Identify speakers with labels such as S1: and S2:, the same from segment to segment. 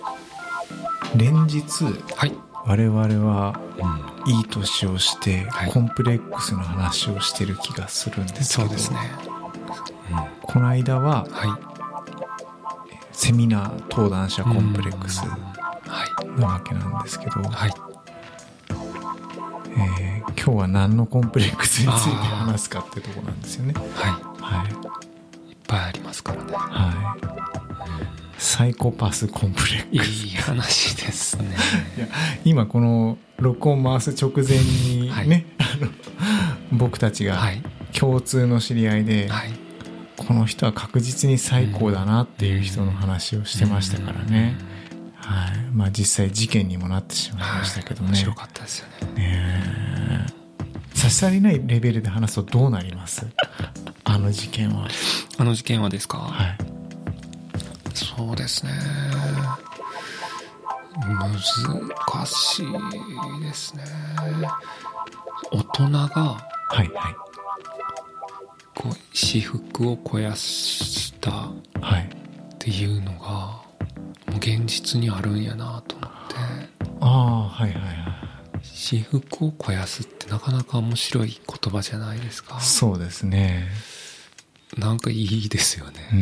S1: 連日、
S2: はい、
S1: 我々はいい年をして、
S2: はい、
S1: コンプレックスの話をしてる気がするんですけど、
S2: そうですね、
S1: この間は、
S2: はい、
S1: セミナー登壇者コンプレックスなわけなんですけど、
S2: はい、
S1: 今日は何のコンプレックスについて話すかってとこなんですよね。
S2: はい、
S1: はい、
S2: いっぱいありますからね。
S1: はい、サイコパスコンプレックス。
S2: いい話ですね。
S1: いや、今この録音回す直前にね、はい、僕たちが共通の知り合いで、はい、この人は確実に最高だなっていう人の話をしてましたからね。はい、まあ実際事件にもなってしまいましたけどね。
S2: 面白かったですよね。
S1: ね、差し障りないレベルで話すとどうなりますあの事件は。
S2: あの事件はですか。
S1: はい。
S2: そうですね。難しいですね。大人が、
S1: はいはい。
S2: こう私服を肥やしたっていうのが、もう現実にあるんやなと思って。
S1: ああ、はいはいはい。
S2: 私服を肥やすってなかなか面白い言葉じゃないですか。
S1: そうですね。
S2: なんかいいですよね。
S1: うん。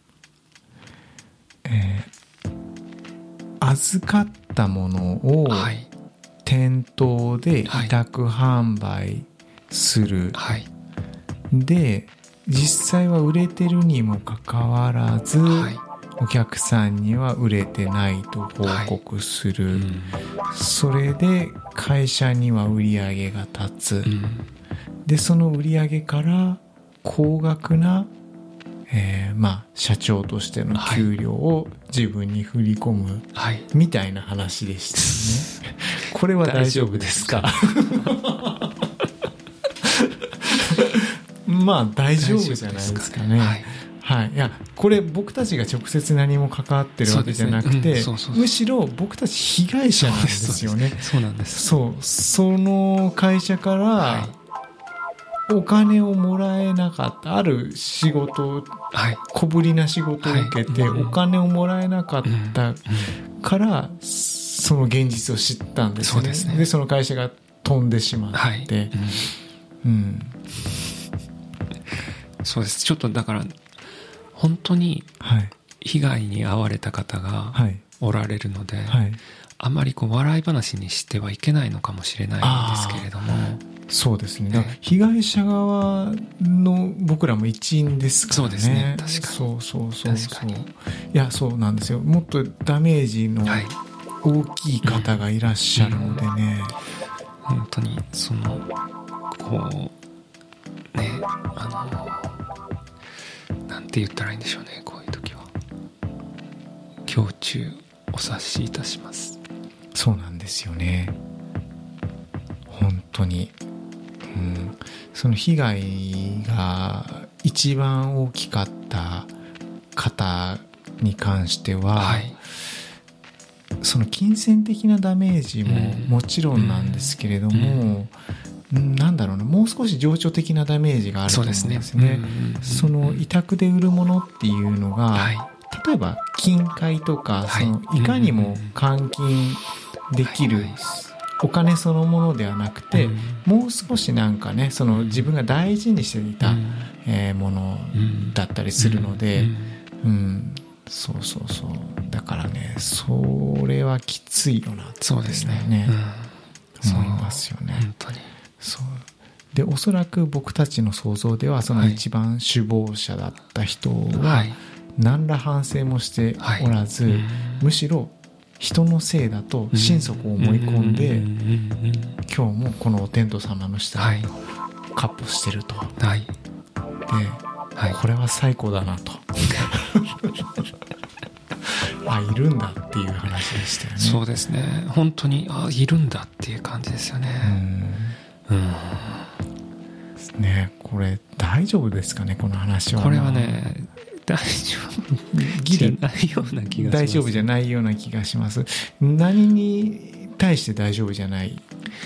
S1: 預かったものを店頭で委託販売する、
S2: はいはい、
S1: で実際は売れてるにもかかわらず、はい、お客さんには売れてないと報告する、はい、それで会社には売り上げが立つ、でその売り上げから高額なまあ、社長としての給料を自分に振り込むみたいな話でしたよね。これは大丈夫ですか？まあ大丈夫じゃないですかね。はいはい、いやこれ僕たちが直接何も関わってるわけじゃなくて、むしろ僕たち被害者なんですよね。
S2: そうなんです。
S1: その会社から、はい、お金をもらえなかった、ある仕事、はい、小ぶりな仕事を受けて、はい、お金をもらえなかったから、その現実を知ったんですよね。そうですね。でその会社が飛んでしまって、はい、
S2: そうです。ちょっとだから本当に被害に遭われた方がおられるので、はい、あまりこう笑い話にしてはいけないのかもしれないんですけれども。
S1: そうですね。だから被害者側の僕らも一員ですからね。そうですね。確かに。そう確かに。いや、そうなんですよ。もっとダメージの大きい方がいらっしゃるのでね。
S2: 本当にこうね、なんて言ったらいいんでしょうね。こういう時は胸中お察しいたします。
S1: そうなんですよね。本当に。その被害が一番大きかった方に関しては、はい、その金銭的なダメージももちろんなんですけれども、なんだろうな、もう少し情緒的なダメージがあると思うんですね。その委託で売るものっていうのが、はい、例えば金塊とか、はい、そのいかにも換金できる、はい、お金そのものではなくて、もう少しなんかね、その自分が大事にしていた、ものだったりするので、そうだからね、それはきついよなって、
S2: そうですね、
S1: 思いますよね。
S2: 本当に
S1: そうで、おそらく僕たちの想像ではその一番首謀者だった人は何ら反省もしておらず、むしろ人のせいだと心底思い込んで、今日もこのお天道様の下を闊歩してると、はい、で、はい、これは最高だなといるんだっていう話でしたよね。
S2: そうですね、本当にいるんだっていう感じですよね。
S1: ね、これ大丈夫ですかね、この話は。
S2: これはね、大丈夫じゃないような気がします。
S1: 大丈夫じゃないような気がします。何に対して大丈夫じゃない？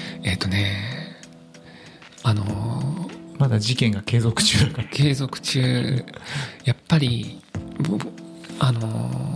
S1: まだ事件が継続中だから。
S2: 継続中、やっぱり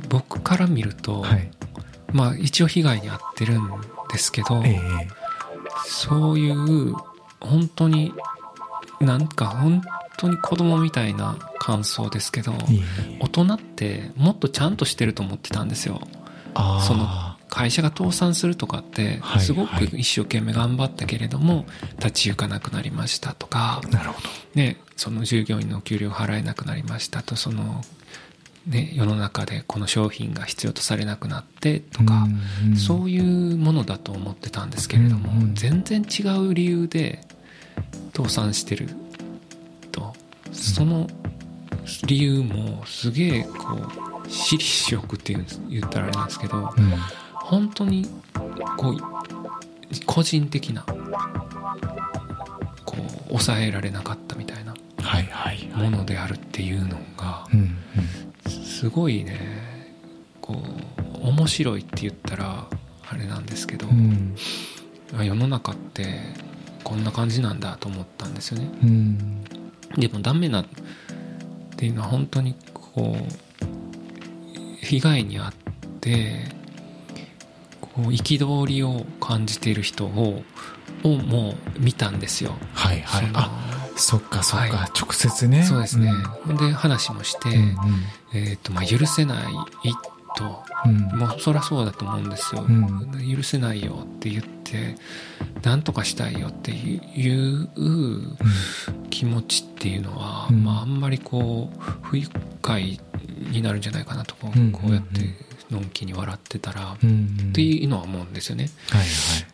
S2: 僕から見ると、はい、まあ一応被害に遭ってるんですけど、そういう本当になんか本当に子供みたいな感想ですけど、大人ってもっとちゃんとしてると思ってたんですよ。その会社が倒産するとかってすごく一生懸命頑張ったけれども立ち行かなくなりましたとか、
S1: なるほど、
S2: ね、その従業員の給料払えなくなりましたと、そのね、世の中でこの商品が必要とされなくなってとか、そういうものだと思ってたんですけれども、全然違う理由で倒産してると、その理由もすげえこう私利私欲って言ったらあれなんですけど、本当にこう個人的なこう抑えられなかったみたいなものであるっていうのがすごいね、こう面白いって言ったらあれなんですけど、世の中ってこんな感じなんだと思ったんですよね。でもダメなっていうのは本当にこう被害に遭ってこう憤りを感じている人をもう見たんですよ。
S1: はいはい。そっかそっか、はい、直接ね。
S2: そうですね。で話もして、まあ許せないと、もうそりゃそうだと思うんですよ。許せないよって言ってなんとかしたいよっていう気持ちっていうのは、まああんまりこう不愉快になるんじゃないかなとこうやってのんきに笑ってたら、っていうのは思うんですよね。はいはい、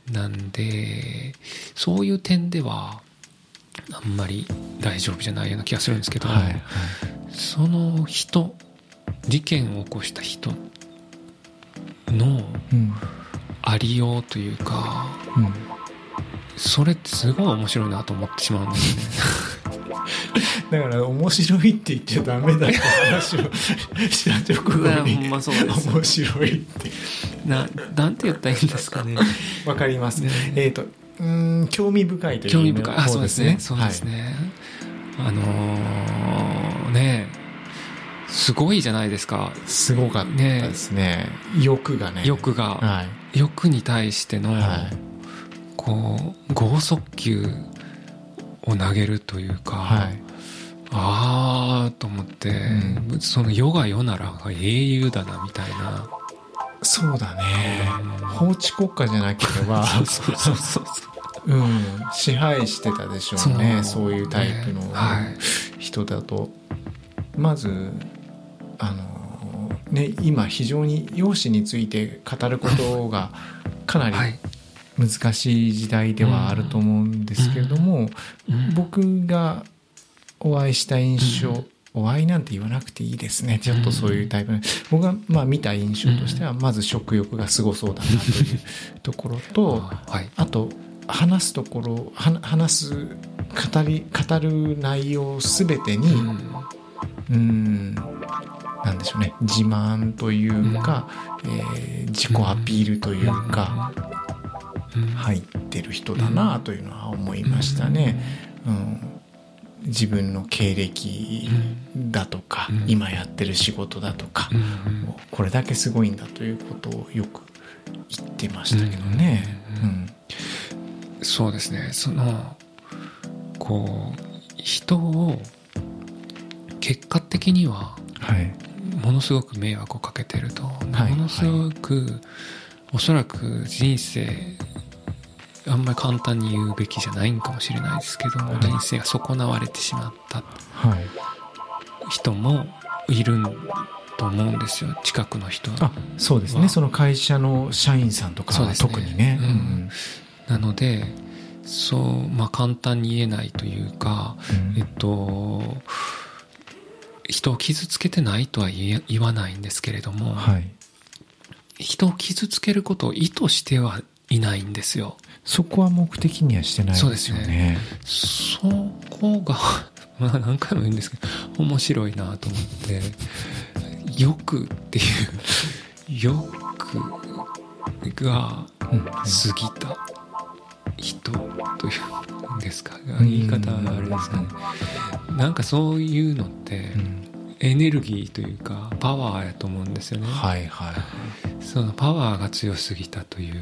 S2: なんでそういう点ではあんまり大丈夫じゃないような気がするんですけど、はいはい、その人、事件を起こした人のありようというか、それってすごい面白いなと思ってしまうんですよね。
S1: だから面白いって言っちゃダメだって話をした直後に面白いって
S2: なんて言ったらいいんですかね。
S1: わかりますね。興味深いという
S2: 興味深い、そうですね、そうですね、はい、ねすごいじゃないですか。
S1: すごかったですね。欲が、
S2: はい、欲に対しての、はい、こう剛速球を投げるというか、はい、あーと思って、その世が世ならが英雄だなみたいな。
S1: そうだね、法治国家じゃなければそう支配してたでしょうね。そういうタイプの人だと、まず今非常に容姿について語ることがかなり難しい時代ではあると思うんですけれども、僕がお会いした印象、お会いなんて言わなくていいですね。ちょっとそういうタイプの、僕が見た印象としては、まず食欲がすごそうだなというところと、あと話すところ、話す語る内容すべてに、なんでしょうね、自慢というか、自己アピールというか、入ってる人だなというのは思いましたね。自分の経歴だとか、今やってる仕事だとか、これだけすごいんだということをよく言ってましたけどね。
S2: そうですね。そのこう人を結果的にはものすごく迷惑をかけてると、ものすごくおそらく人生あんまり簡単に言うべきじゃないんかもしれないですけども、人生が損なわれてしまった人もいると思うんですよ、近くの人は。
S1: そうですね。その会社の社員さんとかは特にね。
S2: なのでそう、簡単に言えないというか、人を傷つけてないとは言わないんですけれども、人を傷つけることを意図してはいないんですよ。
S1: そこは目的にはしてないですよね。
S2: そこが何回も言うんですけど面白いなと思って、欲っていう欲が過ぎた人というんですか、言い方はあれですかね。なんかそういうのって、 エネルギーというかパワーやと思うんですよね。
S1: はいはい。
S2: そのパワーが強すぎたという、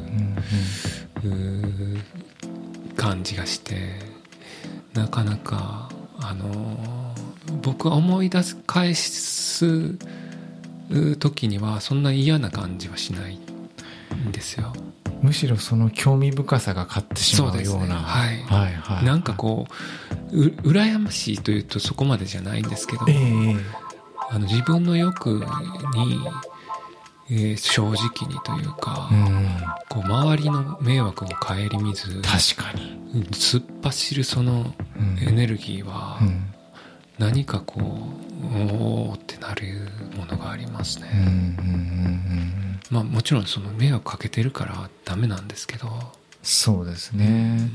S2: 感じがして、なかなか僕は思い出す返す時にはそんな嫌な感じはしないんですよ。
S1: むしろその興味深さが勝ってしまうような。
S2: そうですね、はいはいはい、なんかこう羨ましいというとそこまでじゃないんですけど、自分の欲に、正直にというか、こう周りの迷惑も顧みず、
S1: 確かに
S2: 突っ走るそのエネルギーは何かこうおーってなるものがありますね。まあもちろんその迷惑かけてるからダメなんですけど。
S1: そうですね、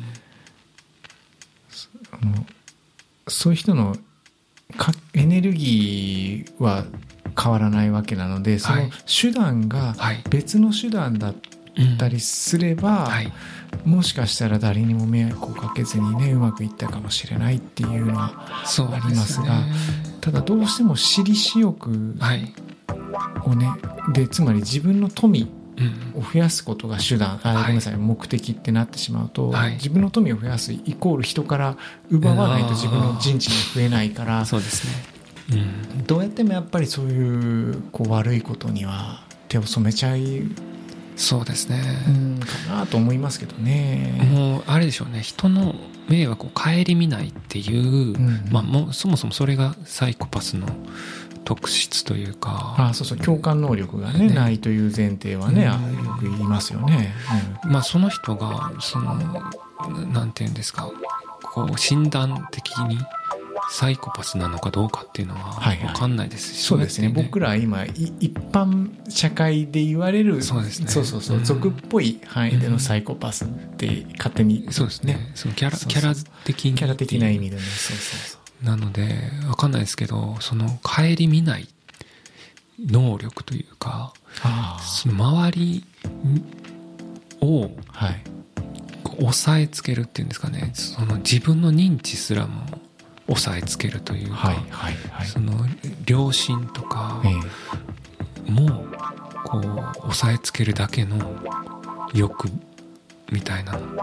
S1: そういう人のエネルギーは変わらないわけなので、その手段が別の手段だったりすれば、もしかしたら誰にも迷惑をかけずにねうまくいったかもしれないっていうのはありますが、ただどうしても私利私欲をね、でつまり自分の富を増やすことが手段、ごめんなさい、目的ってなってしまうと、自分の富を増やすイコール人から奪わないと自分の陣地が増えないから、
S2: そうですね、
S1: どうやってもやっぱりそういう、悪いことには手を染めちゃい
S2: そうですね、
S1: かなと思いますけどね。
S2: もうあれでしょうね、人の迷惑を顧みないっていう、もうそもそもそれがサイコパスの特質というか、
S1: そうそう、共感能力がねないという前提はね、よく言いますよね。
S2: その人がそのなんていうんですか、こう診断的にサイコパスなのかどうかっていうのは分かんないですし、
S1: そうですね、僕ら今一般社会で言われる、そう俗っぽい範囲でのサイコパスって勝手に、
S2: そうですね、そのキャラ的
S1: な意味でね、
S2: なので分かんないですけど、その顧みない能力というか、その周りを抑えつけるっていうんですかね、その自分の認知すらも抑えつけるというか、その良心とかもこう抑えつけるだけの欲みたいなのって、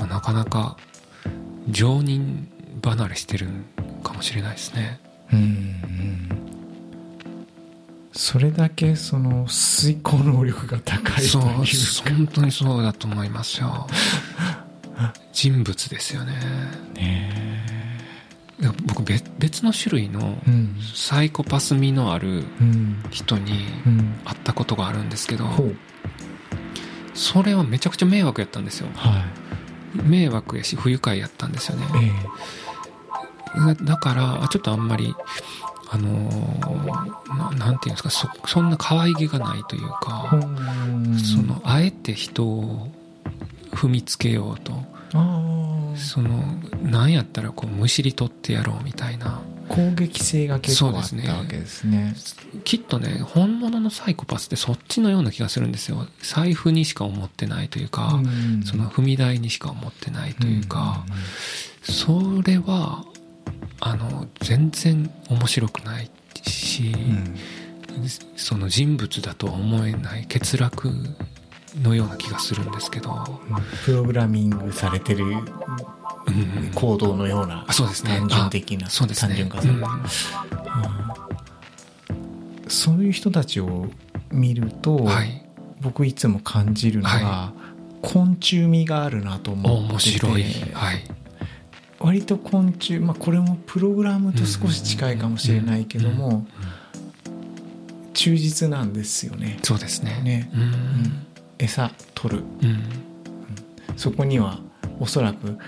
S2: なかなか常人離れしてるかもしれないですね。
S1: それだけその遂行能力が高いというか、
S2: 本当にそうだと思いますよ。人物ですよね。僕別の種類のサイコパス味のある人に会ったことがあるんですけど、それはめちゃくちゃ迷惑やったんですよ。迷惑やし不愉快やったんですよね。だからちょっとあんまりなんていうんですか、そんな可愛げがないというか、そのあえて人を踏みつけようと、そのなんやったらこうむしり取ってやろうみたいな
S1: 攻撃性が結構あったわけですね。
S2: きっとね、本物のサイコパスってそっちのような気がするんですよ。財布にしか思ってないというか、その踏み台にしか思ってないというか、それは全然面白くないし、その人物だとは思えない欠落のような気がするんですけど、
S1: プログラミングされてる行動のような、単純的な、単純化されてる、そういう人たちを見ると、僕いつも感じるのが、昆虫味があるなと思ってて、面白い、割と昆虫、これもプログラムと少し近いかもしれないけども、忠実なんですよね。
S2: そうですね。
S1: 餌取る、そこにはおそらく、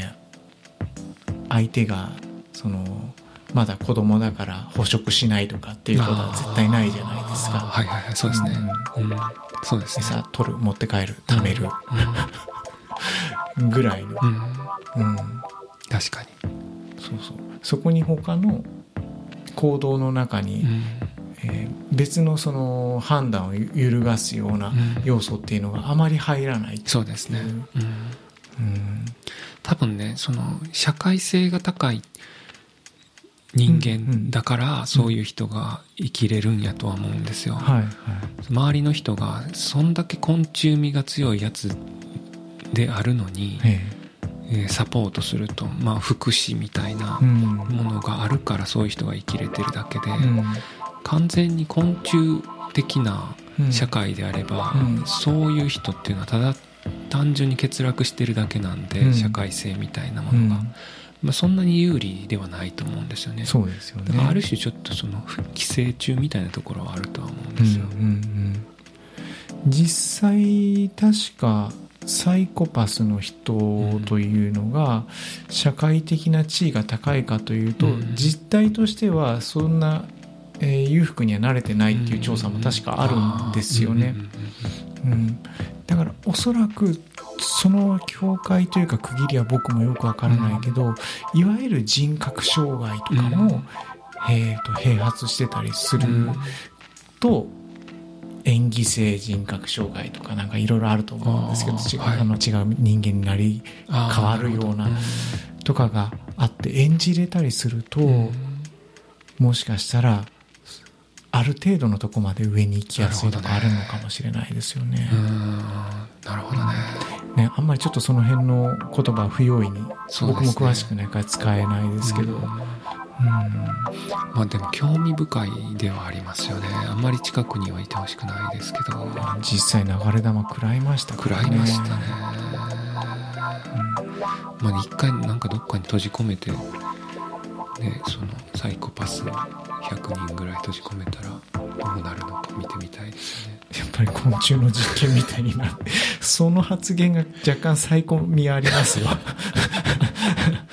S1: 相手がそのまだ子供だから捕食しないとかっていうことは絶対ないじゃないですか。
S2: そうですね。そうですね。
S1: 餌取る、持って帰る、食べる、ぐらいの、
S2: 確かに。
S1: そこに他の行動の中に、別のその判断を揺るがすような要素っていうのがあまり入らないっていう。
S2: そうですね。多分ね、その社会性が高い人間だからそういう人が生きれるんやとは思うんですよ、
S1: はいはい、
S2: 周りの人がそんだけ昆虫味が強いやつであるのに、サポートすると、まあ、福祉みたいなものがあるからそういう人が生きれてるだけで、完全に昆虫的な社会であれば、そういう人っていうのはただ単純に欠落してるだけなんで、社会性みたいなものが、まあ、そんなに有利ではないと思うんですよね。
S1: そうですよね。
S2: だからある種ちょっとその寄生虫みたいなところはあるとは思うんですよ、
S1: 実際確かサイコパスの人というのが社会的な地位が高いかというと、実態としてはそんな裕福には慣れてないっていう調査も確かあるんですよね。だからおそらくその境界というか区切りは僕もよくわからないけど、いわゆる人格障害とかも、併発してたりすると、演技性人格障害とかなんかいろいろあると思うんですけど、違う人間になり変わるようなとかがあって演じれたりすると、もしかしたらある程度のとこまで上に行きやすいとかあるのかもしれないですよね。
S2: なるほど
S1: ね。あんまりちょっとその辺の言葉は不用意に、僕も詳しくないから使えないですけど、
S2: まあでも興味深いではありますよね。あんまり近くにはいてほしくないですけど、
S1: 実際流れ弾食らいましたからね。
S2: 食らいましたね。まあ一回なんかどっかに閉じ込めて、そのサイコパス100人ぐらい閉じ込めたらどうなるのか見てみたいですね。
S1: やっぱり昆虫の実験みたいになってその発言が若干サイコ味ありますよ